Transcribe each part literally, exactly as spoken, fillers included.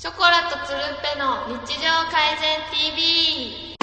ショコラとつるっぺの日常改善 ティーブイ。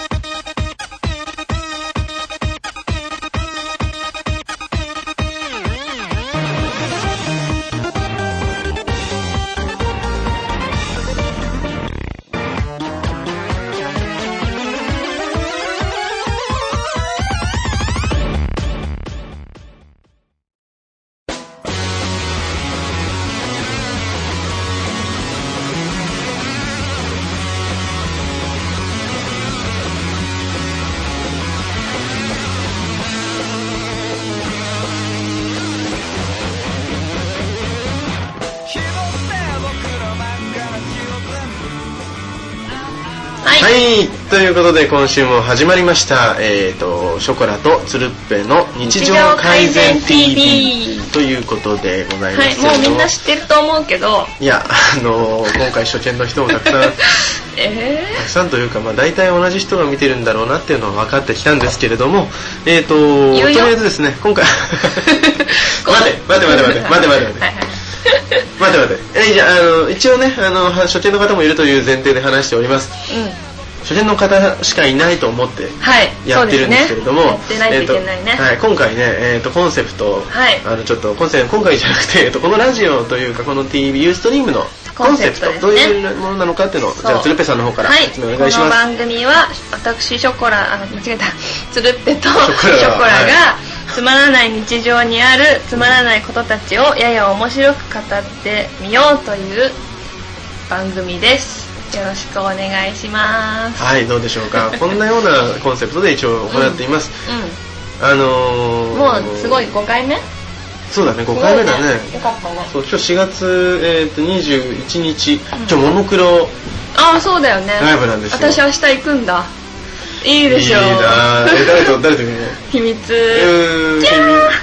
はい、ということで今週も始まりました、えーと、ショコラとつるっぺの日常改善 ティーブイ ということでございますけれども、 はい、もうみんな知ってると思うけど、 いや、あのー、今回初見の人もたくさんえー、 たくさんというか、まあ、大体同じ人が見てるんだろうなっていうのは分かってきたんですけれども、えーと、とりあえずですね、今回待て待て待て待て待て待て待て待て待てえじゃあ、あの一応ね、あの初見の方もいるという前提で話しております。うん、初見の方しかいないと思ってやってるんですけれども、はい、 やってないといけないね。 えーとはい、今回ね、えーと、コンセプト、はい、あのちょっとコンセ今回じゃなくて、えーと、このラジオというかこの ティーブイ ユーストリームのコンセプト、ね、どういうものなのかっていうのを、じゃあつるっぺさんの方から説明お願いします。 はい、この番組は私ショコラあ間違えたつるっぺとショコラが、はい、つまらない日常にあるつまらないことたちをやや面白く語ってみようという番組です。よろしくお願いします。 はい、どうでしょうか。こんなようなコンセプトで一応行っています。うんうん、あのー、 もうすごいごかいめ。 そうだね、ごかいめだね。 よかったね。 そう、今日しがつ、えー、とにじゅういちにち、うん、ちょももクロああそうだよね。 ライブなんですよ。 私明日行くんだ。いいでしょう。 いいな。え、誰と誰と行くの？ 秘密。 うーん、秘密。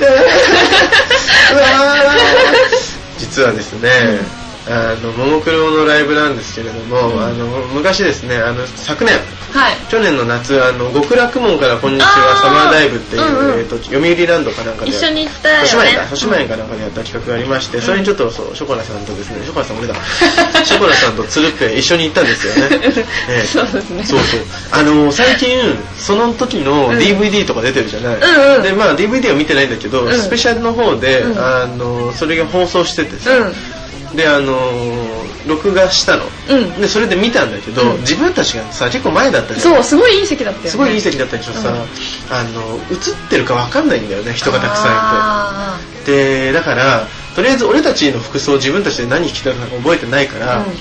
実はですね、うん、あのももクロのライブなんですけれども、うん、あの昔ですね、あの昨年、はい、去年の夏、あの極楽門からこんにちはサマーダイブっていう、うんうん、えー、と読売ランドかなんかで一緒に行ったよね。 豊島園か豊島園かなんかでやった企画がありまして、うん、それにちょっとそうショコラさんとですね、ショコラさん俺だショコラさんとつるっぺ一緒に行ったんですよね。 えー、そうですね。 そうそう。あの最近その時の ディーブイディー とか出てるじゃない。 うんうん、 でまあ ディーブイディー は見てないんだけど、うん、スペシャルの方で、うん、あのそれが放送しててさ。うんであのー、録画したの、うん、でそれで見たんだけど、うん、自分たちがさ結構前だったじゃん。 そうすごいいい席だったよね。 すごいいい席だったでしょ、うん、さあの映ってるか分かんないんだよね、人がたくさんいて。でだからとりあえず俺たちの服装自分たちで何着てたか覚えてないから、うん、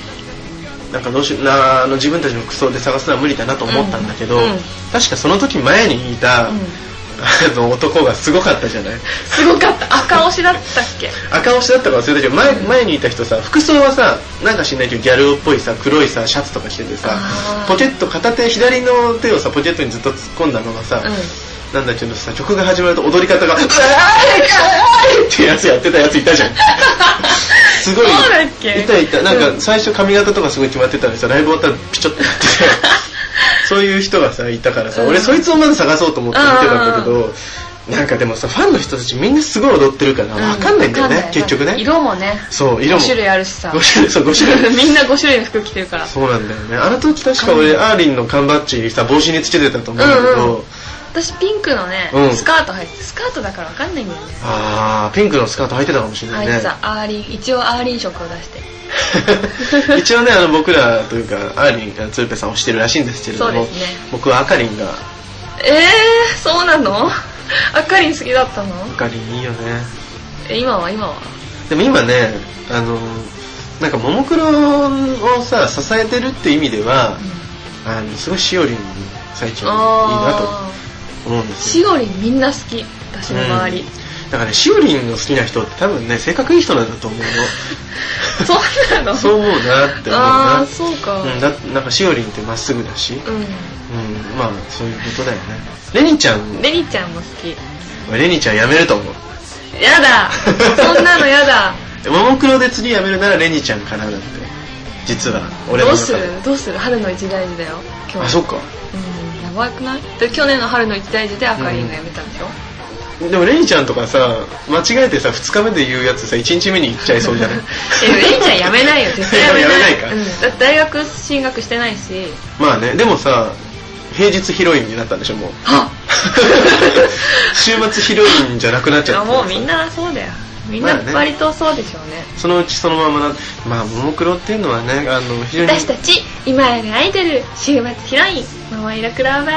なんかどうしなあの自分たちの服装で探すのは無理だなと思ったんだけど、うんうん、確かその時前にいた、うんあの男がすごかったじゃない。 すごかった。赤押しだったっけ。 赤押しだったか忘れたけど 前, 前にいた人さ、服装はさなんか知んないけどギャルっぽいさ黒いさシャツとか着ててさ、ポケット片手左の手をさポケットにずっと突っ込んだままさ、うん、なんだけどさ曲が始まると踊り方が「うわーいってやつやってたやついたじゃん。すごい。 そうだっけ。 いたいた。なんか最初髪型とかすごい決まってたのにさ、ライブ終わったらピチョってなってそういう人がさいたからさ、うん、俺そいつをまず探そうと思って見てたんだけど、なんかでもさファンの人たちみんなすごい踊ってるから分かんないんだよね、うん、結局ね。 色もね、 そう色もご種類あるしさ、 ご種類そうご種類みんなご種類の服着てるから。 そうなんだよね。あの時確か俺、うん、アーリンの缶バッジさ帽子につけてたと思うんだけど、うんうん、 私ピンクのね、うん、スカート履いてて、スカートだから分かんないんだよね。 あーピンクのスカート履いてたかもしれないね。 履いてた。アーリン一応アーリン色を出して一応ねあの僕らというかアーリンつるっぺさんをしてるらしいんですけれども、 そうですね、 僕はあかりんがえーそうなの。あかりん好きだったの。 あかりんいいよね。 え今は今はでも今ねあのなんかももクロをさ支えてるって意味では、うん、あのすごいしおりん最近いいなと思うんですよ。 しおりんみんな好き、私の周り、うん、 だからねしおりんの好きな人って多分ね性格いい人なんだと思うの。 そうなの。 そう思うなって思うな。 あーそうか、 うん、だなんかしおりんってまっすぐだし、うん、うん、まあそういうことだよね。レニちゃんレニちゃんも好き。 レニちゃんやめると思う。 やだそんなのやだ。 ももクロで次やめるならレニちゃんかなだって。実は俺の中でどうするどうする春の一大事だよ今日。 あそっか。 うんやばくない。で去年の春の一大事であかりんがやめたんでしょ、 でもレイちゃんとかさ間違えてさふつかめで言うやつさいちにちめに言っちゃいそうじゃないえレイちゃんやめないよ絶対やめないやめないか、 うん、だって大学進学してないしまあねでもさ平日ヒロインになったんでしょもう週末ヒロインじゃなくなっちゃったもうみんなそうだよみんな割とそうでしょうね、まあね、 そのうちそのままなまあももクロっていうのはねあの非常に私たち今やるアイドル週末ヒロインももいろクローバーズ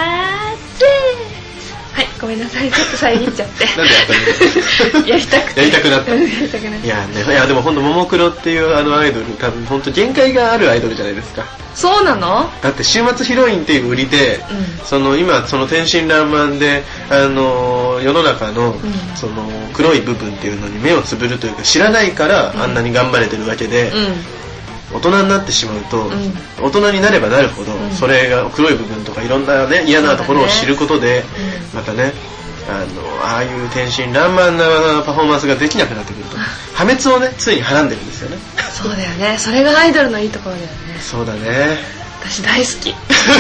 はいごめんなさいちょっと遮っちゃってなんでやったのやりたくてやりたくなったやりたくなったいやねいやでも本当ももクロっていうあのアイドル多分本当限界があるアイドルじゃないですかそうなのだって週末ヒロインっていう売りで、うん、その今その天真爛漫であの世の中の、うん、その黒い部分っていうのに目をつぶるというか知らないからあんなに頑張れてるわけで、うん大人になってしまうと、うん、大人になればなるほど、うん、それが黒い部分とかいろんなね嫌なところを知ることで、ねうん、またねあのああいう天真爛漫なパフォーマンスができなくなってくると破滅をね常にはらんでるんですよねそうだよねそれがアイドルのいいところだよねそうだね私大好き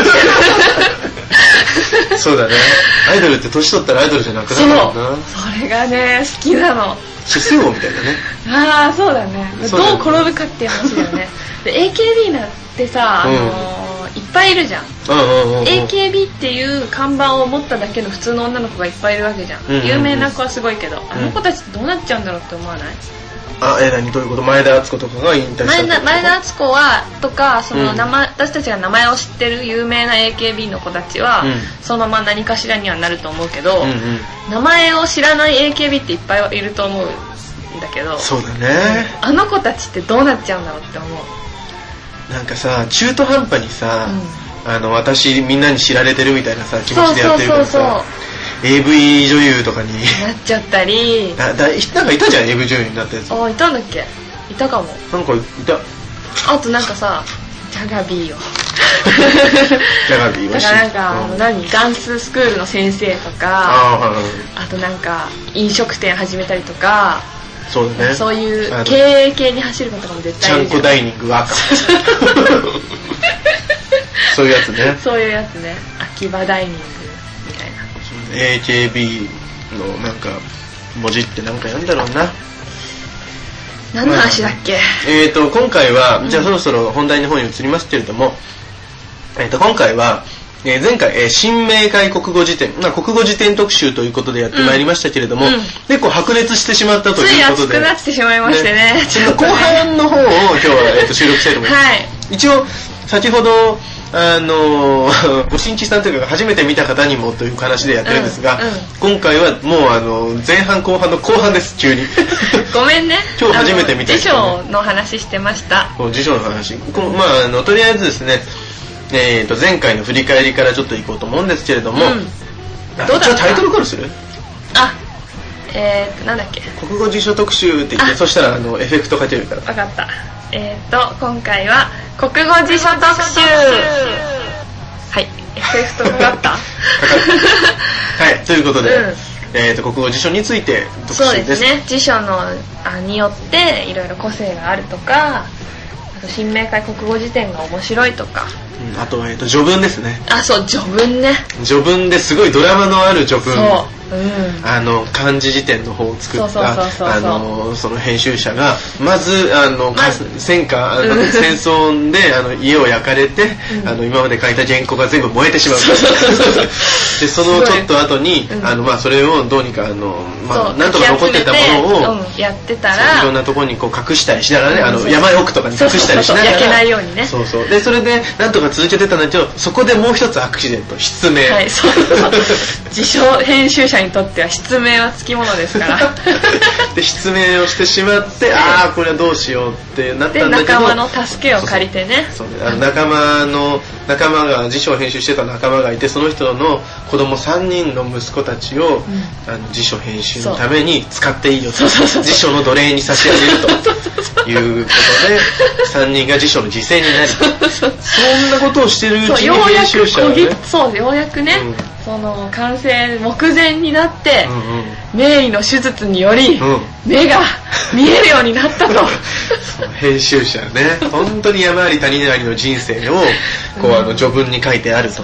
そうだねアイドルって年取ったらアイドルじゃなくなるもんなそれがね好きなの出世王みたいなねああそうだねどう転ぶかっていう話だよねで エーケービー なんてさ、あのーうん、いっぱいいるじゃん、うんうんうん、エーケービー っていう看板を持っただけの普通の女の子がいっぱいいるわけじゃん、うんうんうん、有名な子はすごいけど、うん、あの子たちってどうなっちゃうんだろうって思わない？ あえ何どういうこと前田敦子とかが引退した前田前田敦子はとかその名前、うん、私たちが名前を知ってる有名な エーケービー の子たちは、うん、そのまま何かしらにはなると思うけど、うんうん、名前を知らない エーケービー っていっぱいいると思うんだけどそうだねあの子たちってどうなっちゃうんだろうって思うなんかさ中途半端にさ、うん、あの私みんなに知られてるみたいなさ気持ちでやってるからさそうそうそうそうエーブイ 女優とかになっちゃったりだだなんかいたじゃん エーブイ 女優になったやつあいたんだっけいたかもなんかいたあとなんかさジャガビーをジャガビーをだからなんか、うん、何ダンススクールの先生とか あ,、はいはい、あとなんか飲食店始めたりとかそうだねそういう経営系に走る子とかも絶対いるじゃんちゃんこダイニングワーカーそういうやつねそういうやつね秋葉ダイニングエーケービー のなんか文字ってなんかやんだろうな何の話だっけ、まあ、 えーと今回は、うん、じゃあそろそろ本題の方に移りますけれども、えーと今回は、えー、前回、えー、新明解国語辞典、まあ、国語辞典特集ということでやってまいりましたけれども、うん、結構白熱してしまったということでつい熱くなってしまいましてね、ね後半の方を今日は、えー、と収録したいと思います、はい、一応先ほどあのー、ご新規さんというか初めて見た方にもという話でやってるんですが、うんうん、今回はもうあの前半後半の後半です急にごめんね今日初めて見た人、 ね、辞書の話してました辞書の話この、まあ、あのとりあえずですね、えー、と前回の振り返りからちょっといこうと思うんですけれども、うん、どうだったタイトルコールするあえーとなんだっけ国語辞書特集って言ってそしたらあのエフェクトかけるから分かったえーと今回は国語辞書特集はいエフェクトかかったはいということで、うんえー、と国語辞書について特集です。 そうですね辞書のあによっていろいろ個性があるとかあと新明解国語辞典が面白いとか、 うん、あとは、えー、と序文ですねあそう序文ね序文ですごいドラマのある序文そううん、 あの漢字辞典の方を作ったあのその編集者がまずあの、ま、戦火あの戦争であの家を焼かれて、うん、あの今まで書いた原稿が全部燃えてしまうでそのちょっと後に、うん、あのまあそれをどうにかあのまあなんとか残ってたものを、 うん、やってたらいろんなところにこう隠したりしながらね、うん、あの山奥とかに隠したりしながら焼けないようにねそうそうでそれでなんとか続けてたんだけどそこでもう一つアクシデント失明はいそうそう自称編集者にとっては失明はつきものですからで失明をしてしまってああこれはどうしようってなったんだけどで仲間の助けを借りてねそうそうそうあの仲間の仲間が辞書を編集してた仲間がいてその人の子供さんにんの息子たちを、うん、あの辞書編集のために使っていいよと辞書の奴隷に差し上げるということでさんにんが辞書の犠牲になりそんなことをしてるうちに編集者はねそうようやくね、うんその完成目前になって、うんうん、名医の手術により、うん、目が見えるようになったと編集者ね本当に山あり谷ありの人生をこう、うん、あの序文に書いてあるとかまさ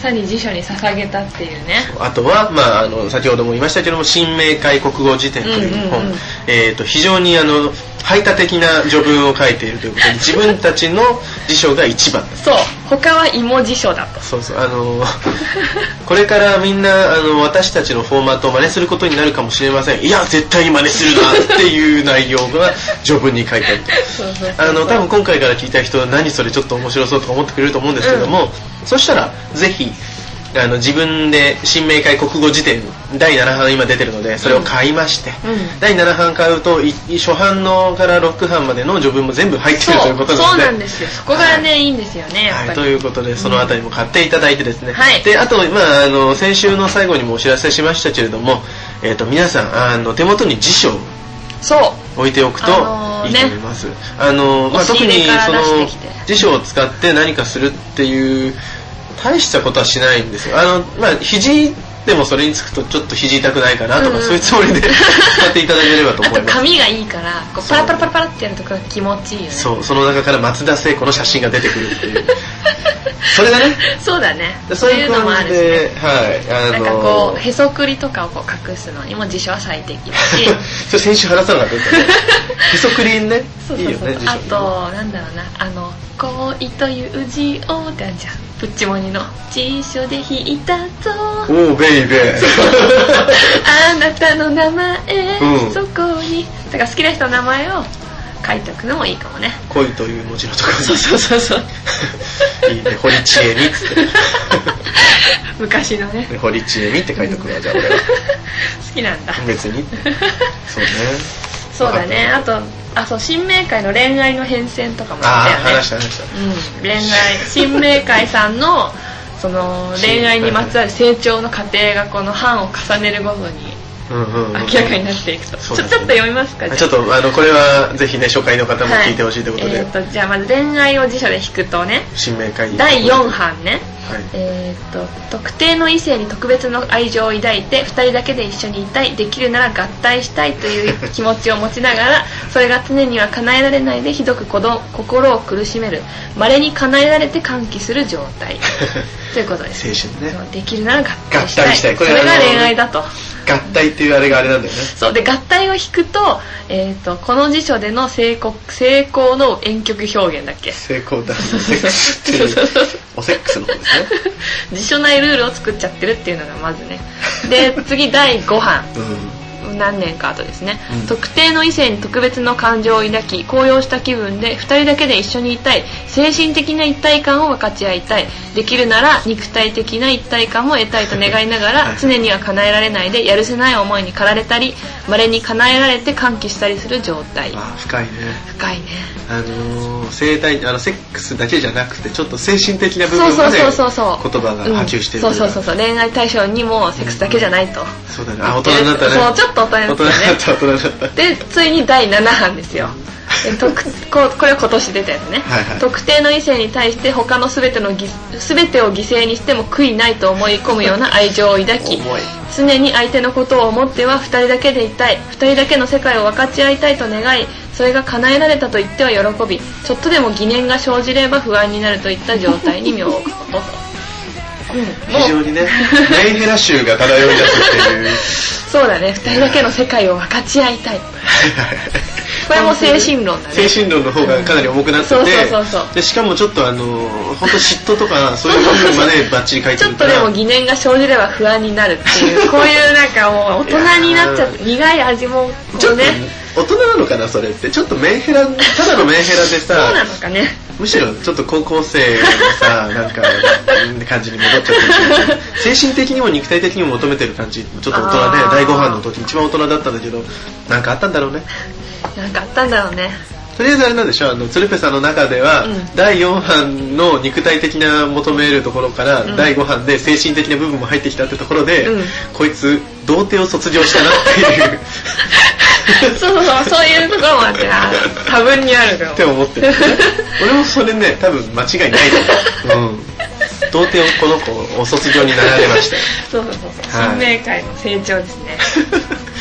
さに辞書に捧げたっていうね。 あとは、まあ、あの先ほども言いましたけども新明解国語辞典という本、うんうんうん、えー、と非常にあの排他的な序文を書いているということで自分たちの辞書が一番だ。 そう、他は芋辞書だと。 そうそう、あのこれからみんなあの私たちのフォーマットを真似することになるかもしれません。いや絶対に真似するなっていう内容が序文に書いてあると。そうそうそうそう、あの多分今回から聞いた人は何それちょっと面白そうとか思ってくれると思うんですけども、うん、そしたらぜひあの自分で新明解国語辞典だいなな版今出てるのでそれを買いまして、うん、だいなな版買うと初版のからろく版までの序文も全部入ってるということなので、 そうなんですよ、そこがね、はい、いいんですよねやっぱり、 はい、ということでそのあたりも買っていただいてですね、 はい、 であと、まあ、あの先週の最後にもお知らせしましたけれども、えー、と皆さんあの手元に辞書を置いておくといいと思います。あの、まあ、特にその辞書を使って何かするっていう大したことはしないんですよ。あの、まあ、肘でもそれにつくとちょっと肘痛くないかなとか、うん、そういうつもりで使っていただければと思います。 あと紙がいいからこうパラパラパラパラってやると気持ちいいよね。 そう、その中から松田聖子の写真が出てくるっていうそれがねそうだね、 そういうのもあるし、ね、はい、 あのー、なんかこうへそくりとかをこう隠すのにも辞書は最適だしそれ先週話さなかったですよねへそくりね、 そうそうそう、いいよね、辞書。あとなんだろうな、あの恋という字をってあるじゃん、プッチモニの辞書で引いたぞおーベイベーあなたの名前、うん、そこにだから好きな人の名前を書いておくのもいいかもね。 恋という文字のところにそうそうそうそういいね、堀ちえみっつって昔のね堀ちえみって書いておくのはじゃあ俺は好きなんだ別にそうねそうだね。あとあそう新明解の恋愛の変遷とかもあったよね。 あ話した話した、 うん、恋愛新明解さんのその恋愛にまつわる成長の過程がこの版を重ねるごとに明らかになっていくと、うんうんうん、ちょ, ちょっと読みますか。 ちょっとあのこれはぜひね初回の方も聞いてほしいということで、 はい、えー、とじゃあまず恋愛を辞書で引くとね、 新明解だいよん版ね、はい、えー、と特定の異性に特別の愛情を抱いてふたりだけで一緒にいたい、できるなら合体したいという気持ちを持ちながらそれが常には叶えられないでひどく心を苦しめる、稀に叶えられて歓喜する状態ということです。 青春ね。 できるなら合体したい、 合体したい、 これそれが恋愛だと。 合体っていうあれがあれなんだよね。 そうで、合体を引くと、えー、とこの辞書での成功、成功の婉曲表現だっけ。 成功だ、セックスっていうおセックスの方ですね。 辞書内ルールを作っちゃってるっていうのがまずね。で次だいご版、うん、何年か後ですね、うん、特定の異性に特別の感情を抱き高揚した気分でふたりだけで一緒にいたい、精神的な一体感を分かち合いたい、できるなら肉体的な一体感も得たいと願いながら常には叶えられないでやるせない思いに駆られたり、稀に叶えられて歓喜したりする状態。 あ、深いね。 深いね。 あのー、生体あのセックスだけじゃなくてちょっと精神的な部分まで言葉が波及してる、 うん、そうそうそうそう、恋愛対象にもセックスだけじゃないと、うん、 そうだね。あ、大人になったね。 そう、ちょっと大人になったね。 大人になった大人になったでついにだいなな版ですよ。特こ, これは今年出たやつね、はいはい、特定の異性に対して他の全ての全てを犠牲にしても悔いないと思い込むような愛情を抱き常に相手のことを思ってはふたりだけでいたい、ふたりだけの世界を分かち合いたいと願い、それが叶えられたと言っては喜び、ちょっとでも疑念が生じれば不安になるといった状態に身を置くことと、 うん、非常にねメンヘラ臭が漂い出すっていうそうだね、ふたりだけの世界を分かち合いたいこれも精神論だね。 精神論の方がかなり重くなってて、うん、そうそうそうそう、でしかもちょっとあの本当嫉妬とかそういう部分までバッチリ書いてるからちょっとでも疑念が生じれば不安になるっていうこういうなんかもう大人になっちゃって苦い味もちょっとね大人なのかなそれって。ちょっとメンヘラ、ただのメンヘラでさそうなのかね、 むしろちょっと高校生のさなんか感じに戻っちゃってる精神的にも肉体的にも求めてる感じ、ちょっと大人でだいご版の時一番大人だったんだけど、なんかあったんだろうね。 なんかあったんだろうね。 とりあえずあれなんでしょう、あの鶴瓶さんの中では、うん、だいよん版の肉体的な求めるところから、うん、だいご版で精神的な部分も入ってきたってところで、うん、こいつ童貞を卒業したなっていうそうそうそう、そういうところもあってな多分にあるかもって思ってる、ね、俺もそれね多分間違いないと思う、うん、童貞をこの子お卒業になられましたそうそうそう、はい、新明解の成長ですね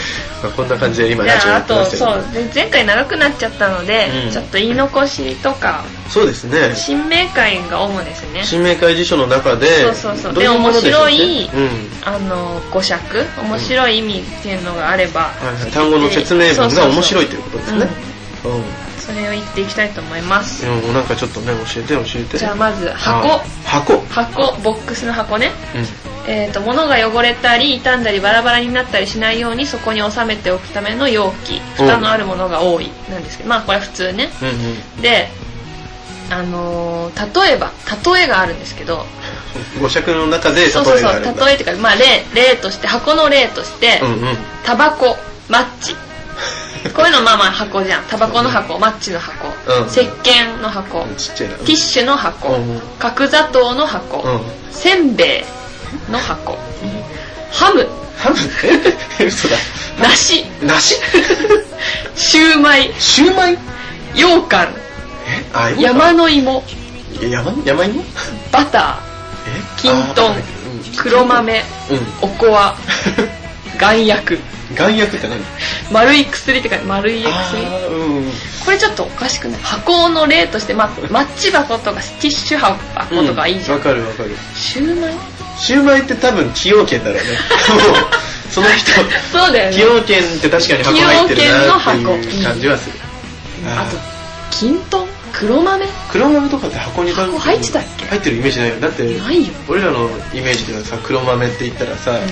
まあ、こんな感じで今ラジオやってますけど、 あとそうで前回長くなっちゃったので、うん、ちょっと言い残しとかそうですね新明会が主ですね。 新明会辞書の中でそうそうそうで面白い、 うん、 あの語釈面白い意味っていうのがあれば、 うんはいはい、単語の説明文が面白いということですね。うん、 それを言っていきたいと思います。 うん、なんかちょっとね教えて教えて。 じゃあまず箱箱箱ボックスの箱ね、 うん、 えーと物が汚れたり傷んだりバラバラになったりしないようにそこに収めておくための容器蓋のあるものが多いなんですけど、まあこれは普通ね、 うんうん、 であのー、例えば例えがあるんですけど語釈の中で例えがあるんだ。 そうそうそう例えっていうか、まあ、例, 例として箱の例としてタバコマッチこういうのまあまあ箱じゃん。タバコの箱、マッチの箱、うん、石鹸の箱、 ちっちゃいな、 ティッシュの箱、 うん、 角砂糖の箱、 うん、 せんべいの箱、うん、ハムハムえ嘘だ梨梨シューマイシューマイ羊羹えあ山の芋山山芋バターきんとん黒豆、うん、おこわ丸薬丸薬って何？ 丸い薬ってか丸い薬、 うん、 これちょっとおかしくない？箱の例として、まあ、マッチ箱とかティッシュ箱とかいいじゃん。 わ、うん、かるわかる。 シューマイ？ シューマイって多分崎陽軒だろうねその人そうだよね。 崎陽軒って確かに箱入ってるなっていう感じはする。 うん、あ, あときんとん黒豆黒豆とかって箱に箱入ってたっけ？ 入ってるイメージないよ。だってないよ。 俺らのイメージではさ黒豆って言ったらさ、うん、あの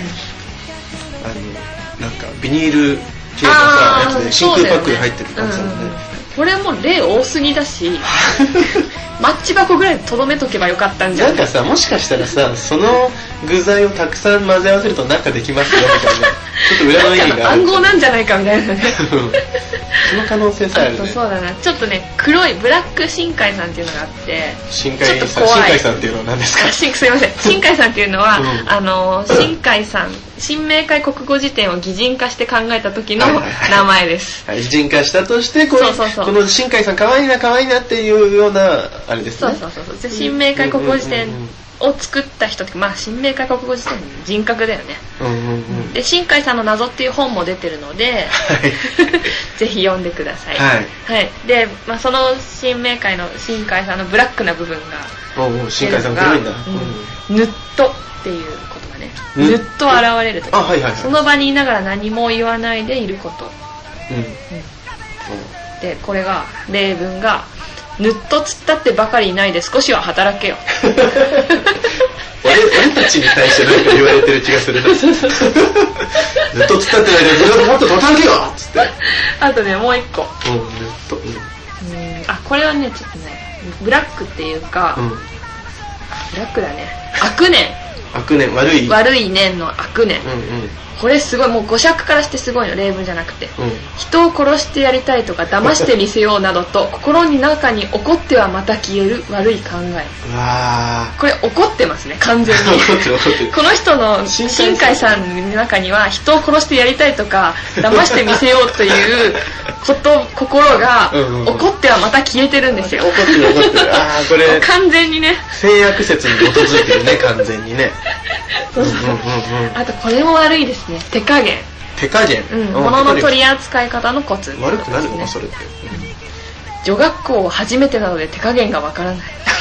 なんかビニール系のさやつで真空パックで入ってる感じだもんね。 これも例多すぎだしマッチ箱ぐらいとどめとけばよかったんじゃない？ なんかさもしかしたらさその具材をたくさん混ぜ合わせるとなんかできますよみたいなちょっと裏の意味がある。 暗号なんじゃないかみたいなねその可能性さえあるね。 あとそうだなちょっとね黒いブラック深海さんっていうのがあって深海さん深海さんっていうのは何ですか？ すいません深海さんっていうのは、 うん、 あの深海さん新明解国語辞典を擬人化して考えた時の名前です。 はいはいはい、擬人化したとしてこそうそうそうこの新海さん可愛いな可愛いなっていうようなあれですね。 そうそうそうそう。新明解国語辞典を作った人ってまあ新明解国語辞典の人格だよね。 うんうんうん、 で新海さんの謎っていう本も出てるので、 はい、 ぜひ読んでください。 はい。 はい、でまあその新明解の新海さんのブラックな部分がおお新海さん黒いんだ。 うん、ヌットっていうことがね。ぬっと現れるとき、 あ、はいはいはい、 その場にいながら何も言わないでいること、 うんうん、 でこれが例文がぬっとつったってばかりいないで少しは働けよ俺, 俺たちに対して何か言われてる気がするなぬっとつったってないでもっと働けよっつってあとねもう一個、 うん、ぬっと、うん、 うんあこれはねちょっとねブラックっていうか、うん、ブラックだね悪念悪念悪い悪い念の悪念、 うんうん、 これすごいもう語釈からしてすごいの例文じゃなくて、 うん、 人を殺してやりたいとか騙してみせようなどと心の中に怒ってはまた消える悪い考え。 うわこれ怒ってますね完全に怒ってる怒ってるこの人の新海さんの中には人を殺してやりたいとか騙してみせようということ心が怒ってはまた消えてるんですよ。 怒ってる怒ってるあーこれ完全にね性悪説に基づいてるね完全にねそうそうそう、うんうんうん、あとこれも悪いですね手加減手加減、 うん、物の取り扱い方のコツ、 悪くなるのかそれって、 うん、女学校初めてなので手加減がわからない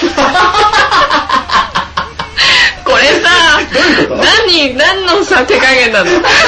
これさ何何のさ手加減なの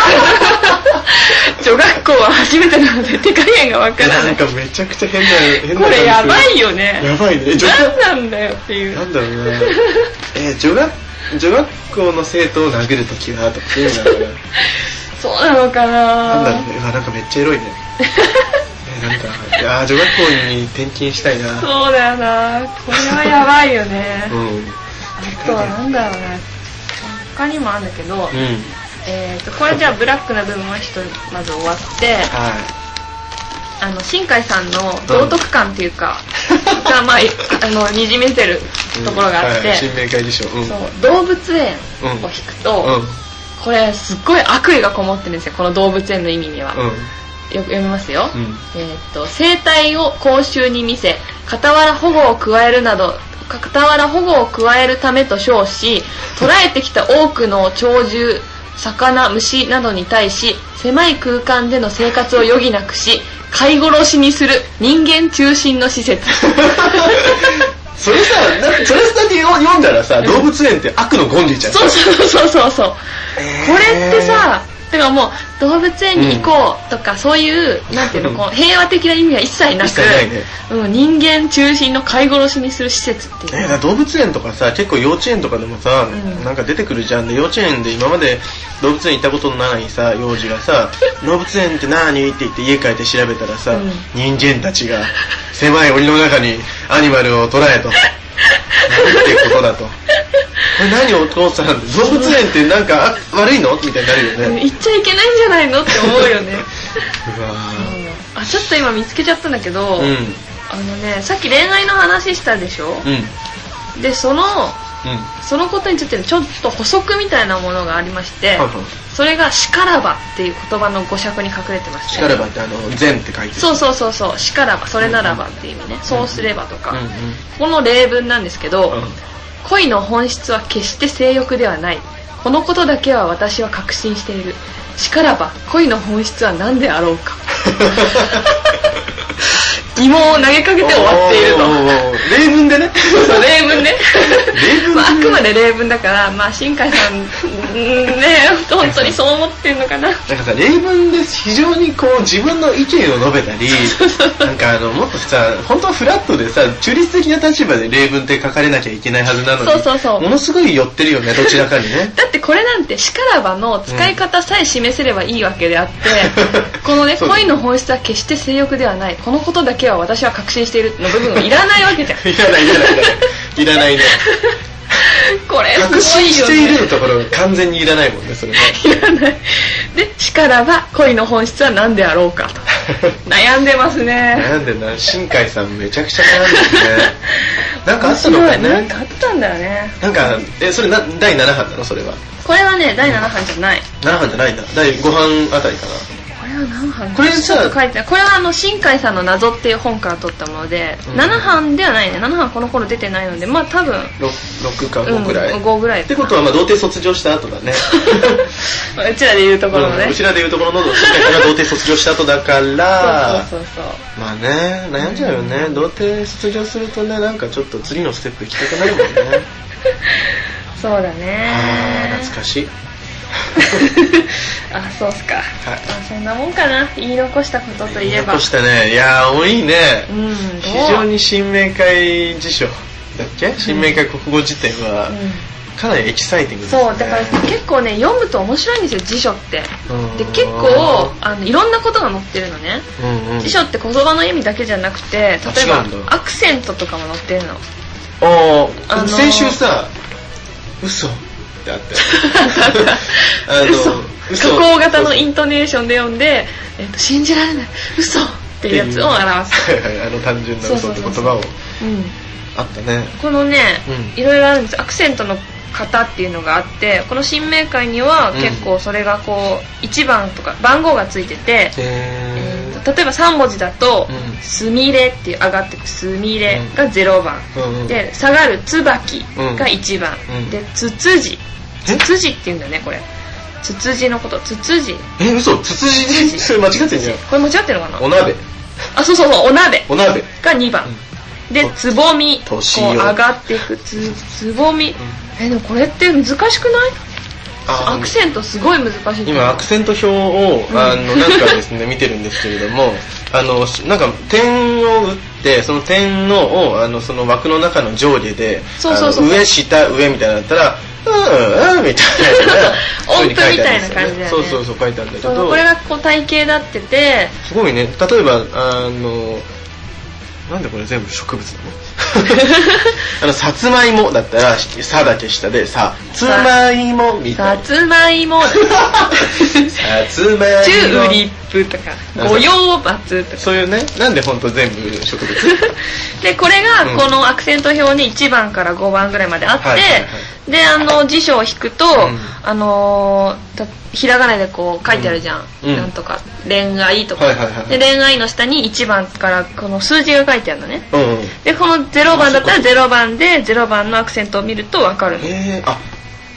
女学校は初めてなので手加減がわからない。 なんかめちゃくちゃ変な変なこれやばいよね。 やばいね。 何なんだよっていう。 なんだろうね。えー、女学女学校の生徒を殴るときはとかそういうのだからそうなのかな。 なんだろうね。なんかめっちゃエロいね。えなんかあ女学校に転勤したいな。 そうだよな。これはやばいよね。 うん。 あとはなんだろうね。他にもあるんだけど、 うん、 えーとこれじゃあブラックな部分は一人まず終わって、 はい、 あの新海さんの道徳感っていうか、うん、がまああのにじみ出てるところがあって、うんはい、 新明解辞書、うん、 そう動物園を引くと、うん、これすっごい悪意がこもってるんですよこの動物園の意味には、うん、よく読みますよ、 うんえーと生態を公衆に見せ傍ら保護を加えるなど傍ら保護を加えるためと称し捉えてきた多くの鳥獣魚、虫などに対し狭い空間での生活を余儀なくし飼い殺しにする人間中心の施設それさ、それだけ読んだらさ、動物園って悪の権利じゃん。 そうそうそうそうそう、えー、これってさ、だからもう動物園に行こうとか、うん、そういうなんていうの、こう平和的な意味は一切なく、 一切ないね、 うん、人間中心の飼い殺しにする施設っていう、 えー、だ動物園とかさ、結構幼稚園とかでもさ、うん、なんか出てくるじゃん。で幼稚園で今まで動物園行ったことのないさ幼児がさ動物園って何って言って家帰って調べたらさ、うん、人間たちが狭い檻の中にアニマルを捕らえとなんてことだとこれ何お父さん、動物園ってなんか悪いのみたいになるよね。 行っちゃいけないんじゃないのって思うよねうわー、あ、ちょっと今見つけちゃったんだけど、うん、あのね、さっき恋愛の話したでしょ、うん、でその、うん、そのことについてちょっと補足みたいなものがありまして、はいはい、それがしからばっていう言葉の語釈に隠れてまして、 しからばってあの善って書いてる。 そうそうそうそう、しからば、それならばっていう意味ね、うん、そうすればとか、うんうん、この例文なんですけど、うん、恋の本質は決して性欲ではない。このことだけは私は確信している。しからば恋の本質は何であろうか疑問を投げかけて終わっていると。 例文でね例文ね例文、まあ、あくまで例文だから、まあ、新海さんね本当にそう思ってんのかな。なんかさ、例文で非常にこう自分の意見を述べたりなんかあのもっとさ、本当はフラットでさ、中立的な立場で例文って書かれなきゃいけないはずなのに、 そうそうそう、 ものすごい寄ってるよね、どちらかにねだってこれなんてしからばの使い方さえ示せればいいわけであって、うん、このね恋の本質は決して性欲ではない、このことだけは私は確信しているの部分はいらないわけじゃんいらないいらないいらないねこれ確信しているのところ完全にいらないもんね、それはいらないで、しからば恋の本質は何であろうかと悩んでますね。 悩んでるな、新海さんめちゃくちゃ悩んでるねなんかあったのかね。 なんかあったんだよね。 なんかえそれなだいななはんなの、それは。 これはねだいななはんじゃない、 ななはんじゃないんだ、だいごはんあたりかな。 これは何版？ これさ、 書いてない。これはあの新海さんの謎っていう本から取ったもので、うん、ななはんではないね。ななはんこの頃出てないので、まあ多分ろくかごぐらい、 うん、ごぐらいってことはまあ童貞卒業した後だねうちらで言うところのね、 うん、うちらで言うところの新海さんが童貞卒業した後だからそうそうそうそう、 まあね、悩んじゃうよね、うん、童貞卒業するとね、なんかちょっと次のステップ行きたくなるもんねそうだね、 あー懐かしいあ、そうっすか、はい、あ、そんなもんかな。言い残したことといえば、言い残したね。いやー、いいね、うん、非常に新明会辞書だっけ、うん、新明会国語辞典は、うん、かなりエキサイティングですね。 そうだから結構ね読むと面白いんですよ、辞書って。で結構あのいろんなことが載ってるのね、うんうん、辞書って言葉の意味だけじゃなくて、例えばアクセントとかも載ってるの。 あ、あのー、先週さ嘘ってあってあの嘘加工型のイントネーションで読んで、えー、と信じられない嘘っていうやつを表すあの単純な嘘って言葉を、うん、あったね。 このね、うん、いろいろあるんです。アクセントの型っていうのがあって、この新明会には結構それがこういちばんとか番号がついてて、えー、と例えばさん文字だと、うん、すみれっていう上がってくすみれがぜろばん、うんうん、で下がるつばきがいちばん、うん、でつつじつつじっていうんだよね、これつつじのこと、つつじ、 え、嘘、つつじそれ間違ってんじゃん。 これ間違ってるのかな。 お鍋、 あ、そうそうそう、お鍋お鍋がにばん、うん、でつぼみ、こう上がっていくつつぼみ、うん、え、でもこれって難しくない？アクセントすごい難しい。 今アクセント表を、うん、あのなんかですね見てるんですけれども、あのなんか点を打ってその点のあのその枠の中の上下で、 そうそうそう、 上下上みたいなのだったらうんうんみたいな音符みたいな感じだよね。 そうそうそう書いてあるんだけど、 これがこう体型になっててすごいね。例えばあのなんでこれ全部植物なのあのさつまいもだったらさだけ下でさつまいもみたいな、 さつまいもさつまいもチューリップとか五葉松とか、 そういうね。なんで本当全部植物でこれがこのアクセント表にいちばんからごばんぐらいまであって、はいはいはい、であの辞書を引くと、うん、あのー、ひらがなでこう書いてあるじゃん、うん、なんとか恋愛とか、はいはいはい、で恋愛の下にいちばんからこの数字が書いてあるのね、うんうん、でこのぜろばんだったらぜろばんでぜろばんのアクセントを見ると分かるの。 へー、あ、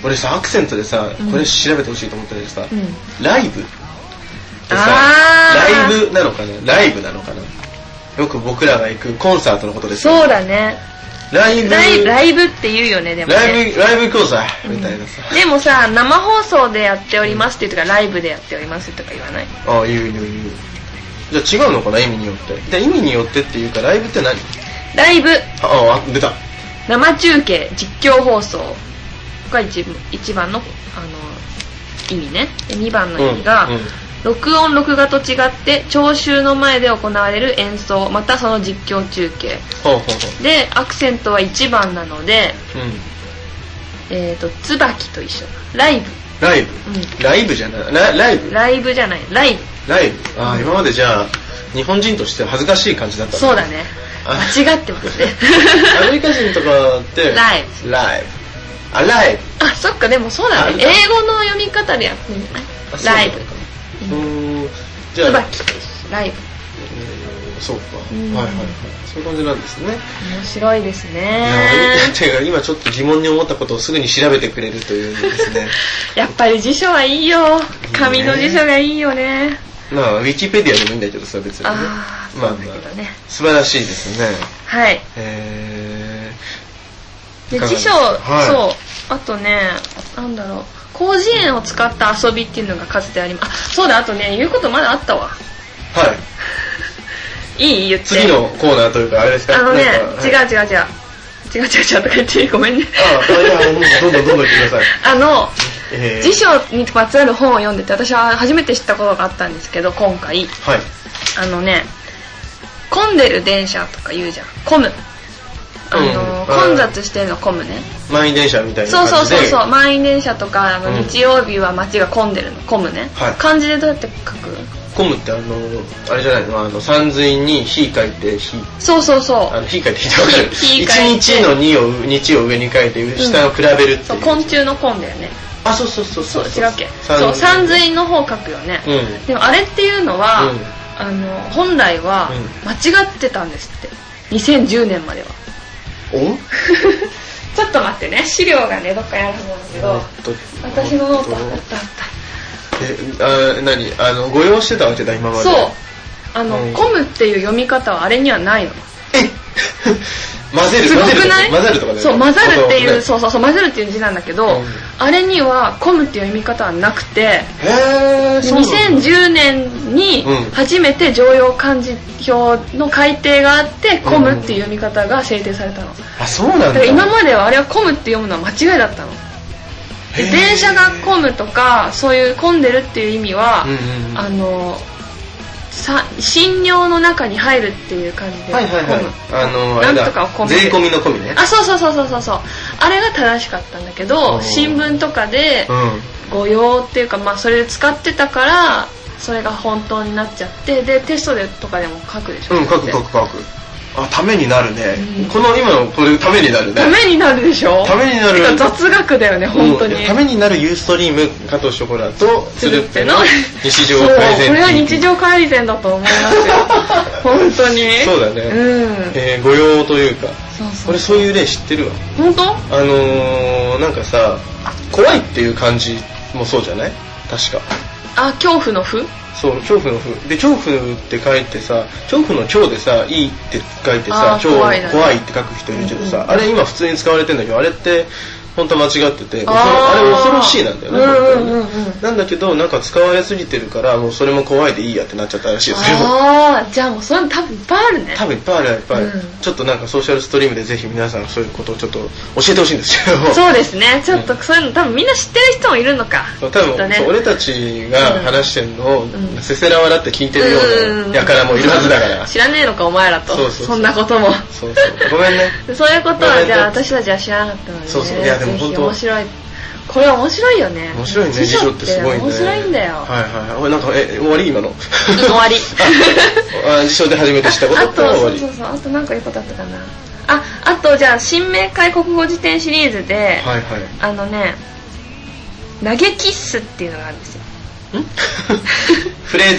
俺さアクセントでさ、うん、これ調べてほしいと思ったけどさ、うん、ライブってさライブなのかなライブなのかなよく僕らが行くコンサートのことですよ。そうだね。ライブライライブって言うよね。でもねライブライブ行こうさみたいなさ、 うん、でもさ生放送でやっておりますって言うとかライブでやっておりますとか言わない？ ああ言う言う言う。じゃあ違うのかな意味によって。で意味によってっていうかライブって何？ ライブああ出た生中継実況放送が 一, 一番の、あの意味ね。でにばんの意味が、うんうん、録音録画と違って聴衆の前で行われる演奏またその実況中継ほうほうほうでアクセントはいちばんなので、うん、えっ、ー、と椿と一緒ライブライブ、うん、ライブじゃないラライブライブじゃないライブライブああ、うん、今までじゃあ日本人として恥ずかしい感じだった、ね、 そうだね間違ってますねアメリカ人とかってライブライブあライブあそっかでもそうだね英語の読み方でやってみるライブうんじゃあ椿ライブうんそうかはいはいはいそういう感じなんですね。 面白いですね。 いや今ちょっと疑問に思ったことをすぐに調べてくれるというですねやっぱり辞書はいいよ紙の辞書がいいよね。 まあウィキペディアでもいいんだけどさ別にねあまあまあ素晴らしいですね。 はいえー、で辞書、はい、そうあとねなんだろう広辞苑を使った遊びっていうのがかつてあります。あそうだあとね言うことまだあったわ。 はいいい言って次のコーナーというかあれですかあのね、はい、違う違う違う違う違う違うとか言ってごめんねああいやどんどんどんどん言ってくださいあの、えー、辞書にまつわる本を読んでて私は初めて知ったことがあったんですけど今回、 はい、 あのね混んでる電車とか言うじゃん混むあの、うん、混雑してるの混むね満員電車みたいな感じでそうそうそうそう満員電車とかあの、うん、日曜日は街が混んでるの混むね、はい、漢字でどうやって書く混むってあのあれじゃないのあの山水に火書いて火そうそうそうあの火書いて火ってわかるいちにちのにを日を上に書いて下を比べるっていう、うん、 そう昆虫の昆だよねあそうそうそうそうそう違うっけそう山水の方書くよね、うん、でもあれっていうのは、うん、あの本来は間違ってたんですってにせんじゅうねんまではおちょっと待ってね資料がねどっかにあるはずなんだけど私のノートあったあったえあ何あの誤用してたわけだ今までそうあの、うん、混むっていう読み方はあれにはないのえ混ぜるすごくない混ぜるとかねそう混ざるっていう、ね、そうそうそう混ぜるっていう字なんだけど、うん、あれには混むっていう読み方はなくてへーにせんじゅうねんに初めて常用漢字表の改訂があって混むっていう読み方が制定されたの、うん、 あそうなんだ。 だから今まではあれは混むって読むのは間違いだったので電車が混むとかそういう混んでるっていう意味は、うんうんうん、あのさ診療の中に入るっていう感じで混む、はいはいはい、 あのなんとかを混む税込みの込みねあそうそうそうそうそうそうあれが正しかったんだけど新聞とかで誤用っていうかまあそれで使ってたからそれが本当になっちゃってでテストでとかでも書くでしょうん書く書く書くあためになるね、うん、この今のこれためになるねためになるでしょためになる雑学だよね本当に、 うん、ためになるユーストリーム加藤ショコラとつるっぺの日常改善これは日常改善だと思いますよ本当にそうだね、うんえー、御用というかそうそう俺そういう例知ってるわ本当あのー、なんかさ怖いっていう漢字もそうじゃない確かあ恐怖の負そう恐怖の負で恐怖って書いてさ恐怖の恐でさいいって書いてさ恐怖怖いって書く人いるけどさ、うんうんうん、あれ今普通に使われてんだけどあれって本当は間違っててあ, あれ恐ろしいなんだよね、うんうんうん、なんだけどなんか使われすぎてるからもうそれも怖いでいいやってなっちゃったらしいですよああじゃあもうそれ多分いっぱいあるね多分いっぱいあるいっぱいある、うん、ちょっとなんかソーシャルストリームでぜひ皆さんそういうことをちょっと教えてほしいんですけどそうですねちょっとそういうの多分みんな知ってる人もいるのかそう多分、ね、そう俺たちが話してるのを、うん、せせら笑って聞いてるような輩もいるはずだから知らねえのかお前らとそうそうそうそんなこともそうそうごめんねそういうことはじゃあ私たちは知らなかったので、ね、 そうそういやでも本当面白いこれ面白いよね面白いね辞書ってすごいね面白いんだよはいはい俺なんかえ終わり今の終わりあ辞書で初めて知ったことあとそうそうそうあとなんかいいことあったかなああとじゃあ新明解国語辞典シリーズで、はいはい、あのね投げキッスっていうのがあるんですよんフレーズ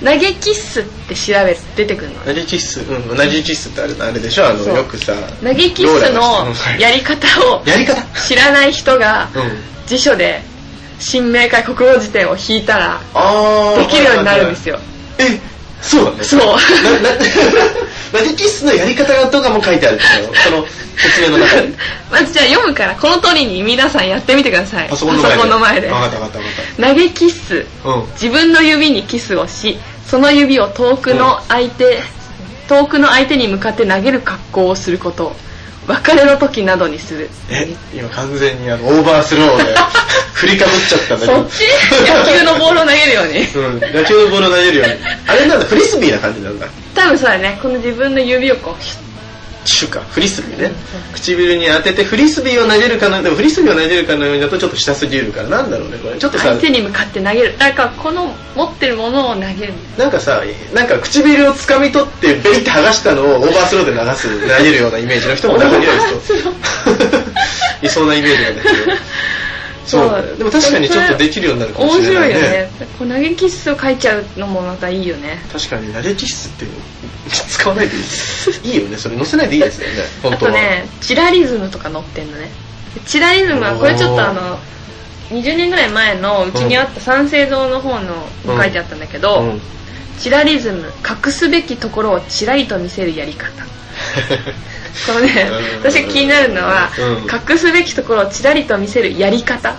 投げキッスって調べると出てくるの。 投げキッス、うん、投げキッスってあれあれでしょ、あのよくさ投げキッスのやり方をやり方知らない人が辞書で新明解国語辞典を引いたらできるようになるんですよ。 え、そうなんだ。 そう。 投げキッスのやり方がとかも書いてあるんですよ、その説明の中に。 まずじゃあ読むからこの通りに皆さんやってみてください。 パソコンの前で。 パソコンの前で。 分かった分かった分かった。 投げキッス、うん、自分の指にキスをし、その指を遠くの相手、うん、遠くの相手に向かって投げる格好をすること。別れの時などにする。 え、今完全にあのオーバースローで振りかぶっちゃったんだけど。 そっち野球のボールを投げるように。 うん、野球のボールを投げるように。あれなんだ、フリスビーな感じなんだ。 多分そうだね。この自分の指をこうシュかフリスビーね、うん、唇に当ててフリスビーを投げるかのでもフリスビーを投げるかのようにだとちょっと下すぎるからなんだろうねこれちょっとさ相手に向かって投げるなんかこの持ってるものを投げるなんかさなんか唇を掴み取ってベリって剥がしたのをオーバースローで流す投げるようなイメージの人も中にはいそういそうなイメージなんだけどそうでも確かにちょっとできるようになるかもしれないね。面白いよね。 こう投げキッスを書いちゃうのもまたいいよね。 確かに投げキッスって使わないでいいいいよね。それ載せないでいいですよね。本当は。 あとねチラリズムとか載ってんのね。チラリズムはこれちょっとあのにじゅうねんぐらい前のうちにあった三省堂の方の書いてあったんだけど、うんうん、チラリズム隠すべきところをチラリと見せるやり方。このね、私が気になるのは、うん、隠すべきところをちらりと見せるやり方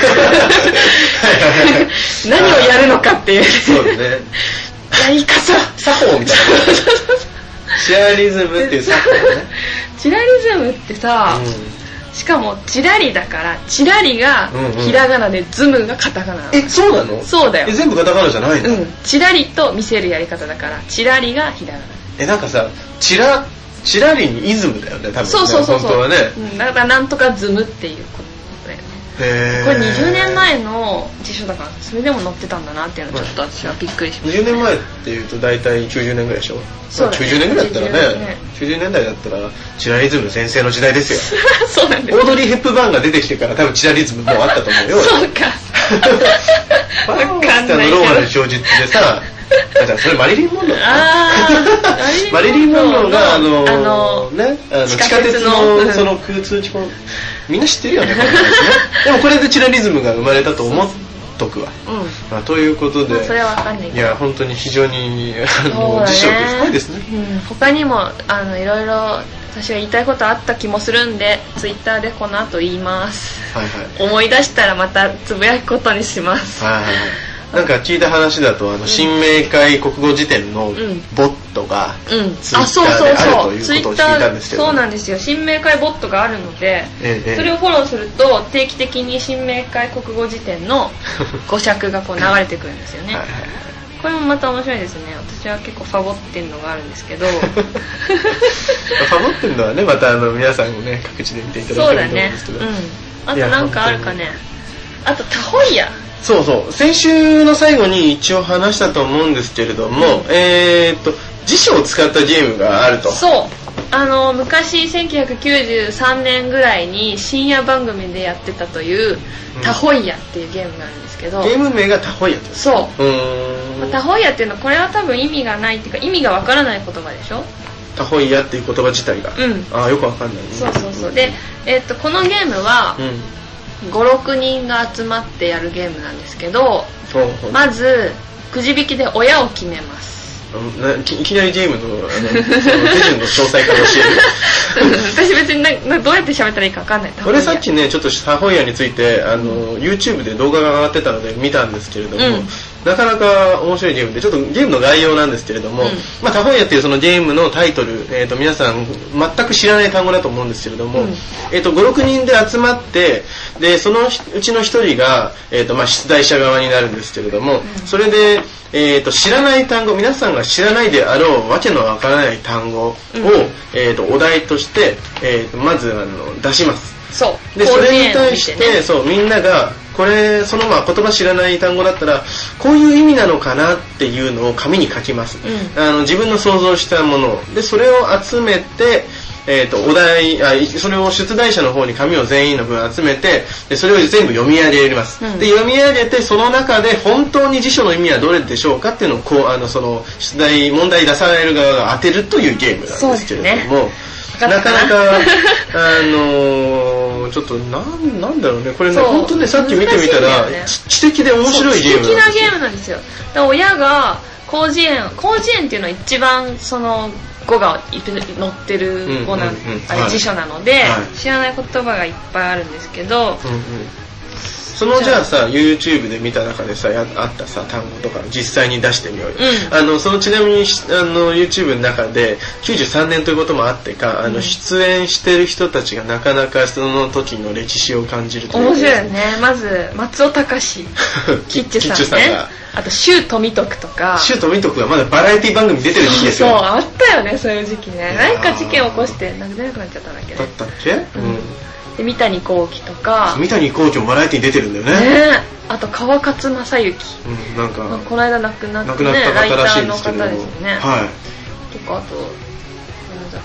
何をやるのかっていうそうねやり方作法みたいなチラリズムっていう作法ねチラリズムってさ、うん、しかもチラリだからチラリがひらがなで、うんうん、ズムがカタカナなの。 え、そうなの？ そうだよ。 え、全部カタカナじゃないの？ うん、チラリと見せるやり方だからチラリがひらがな。 え、なんかさチラチラリにイズムだよね多分ね。 そうそうそうそう。 本当はね、 うん、だからなんとかズムっていうことだよね。へー。これにじゅうねんまえの辞書だからそれでも載ってたんだなっていうのちょっと私はびっくりしました。 にじゅうねんまえっていうと大体きゅうじゅうねんぐらいでしょ。そうだね、きゅうじゅうねんぐらいだったらねきゅうじゅうねんだいだったらチラリズム全盛の時代ですよそうなんです。 オードリー・ヘップバーンが出てきてから多分チラリズムもうあったと思うよそうかわかんないけどローマの小実でさあ、それマリリン・モンローマリリン・モンローがあのー、あのー、ね、あの地下鉄のその空通地方みんな知ってるよねでもこれでチラリズムが生まれたと思っとくわ、うんまあ、ということで、 まあ、それはわかんないけどいや本当に非常にあの辞書って深いですね、 うん、他にもあのいろいろ私が言いたいことあった気もするんでツイッターでこの後言います、はいはい、思い出したらまたつぶやくことにします、はいはいはい、 なんか聞いた話だとあの新明解国語辞典のボットがツイッターであるということを聞いたんですけど、 そうなんですよ。新明解ボットがあるので、ええ、それをフォローすると定期的に新明解国語辞典の語尺がこう流れてくるんですよねはい、はい、これもまた面白いですね。私は結構ファボってんのがあるんですけどファボってんのはねまたあの皆さんもね各地で見ていただければと思うんですけど、そうだね、 うん、あとなんかあるかね。あとタホイヤ。 そうそう先週の最後に一応話したと思うんですけれども、うん、えー、っと辞書を使ったゲームがあると。 そうあの昔せんきゅうひゃくきゅうじゅうさんねんぐらいに深夜番組でやってたという、うん、タホイヤっていうゲームがあるんですけど、 ゲーム名がタホイヤってそう、うーん、まあ、タホイヤっていうのはこれは多分意味がないっていうか意味がわからない言葉でしょ。 タホイヤっていう言葉自体が、うん、ああよくわかんない、ね、 そうそうそうで、えー、っとこのゲームは、うん、ごろくにんが集まってやるゲームなんですけど、まずくじ引きで親を決めます。 いきなりゲームのあのその手順の詳細から教える私別にななどうやって喋ったらいいか分かんない。 俺さっきねちょっとタホイヤについてあの YouTube で動画が上がってたので見たんですけれども、うん、なかなか面白いゲームでちょっとゲームの概要なんですけれども、うんまあ、タホイヤっていうそのゲームのタイトル、えー、と皆さん全く知らない単語だと思うんですけれども、うんえー、とごろくにんで集まってでそのうちのひとりが、えーとまあ、出題者側になるんですけれども、うん、それで、えー、と知らない単語皆さんが知らないであろうわけのわからない単語を、うんえー、とお題として、えー、とまずあの出します。 そうでそれに対して、ね、そうみんながこれそのまあ言葉知らない単語だったらこういう意味なのかなっていうのを紙に書きます、うん、あの自分の想像したものでそれを集めて、えー、とお題あそれを出題者の方に紙を全員の分集めてでそれを全部読み上げます、うん、で読み上げてその中で本当に辞書の意味はどれでしょうかっていうのをこうあのその出題問題出される側が当てるというゲームなんですけれども、なかなかあのー、ちょっとなんなんだろうねこれね本当ねさっき見てみたら、ね、知的で面白いゲームなんですよ。 知的なゲームなんですよ。だから親が広辞苑広辞苑っていうのは一番その語が載ってる語なん、うんうんうん、あれ辞書なので、はい、知らない言葉がいっぱいあるんですけど、うんうん、 そのじゃあさ YouTube で見た中でさやあったさ単語とか実際に出してみようよ、うん、あのそのちなみにあの YouTube の中できゅうじゅうさんねんということもあってかあの、うん、出演してる人たちがなかなかその時の歴史を感じるという、 面白いね。まず松尾隆キッチュさんねあと周富徳とか周富徳がまだバラエティ番組出てる時期ですよ。 そうあったよねそういう時期ね。なんか事件起こして亡くなくなっちゃったんだっけね。 だったっけ、うん、 で三谷幸喜とか三谷幸喜もバラエティに出てるんだよね。 ねあと川勝正幸、 うん、なんか、 まあ、この間亡くなった、ね、亡くなった方らしいですけどライターの方ですよね。はいとかあと何だっ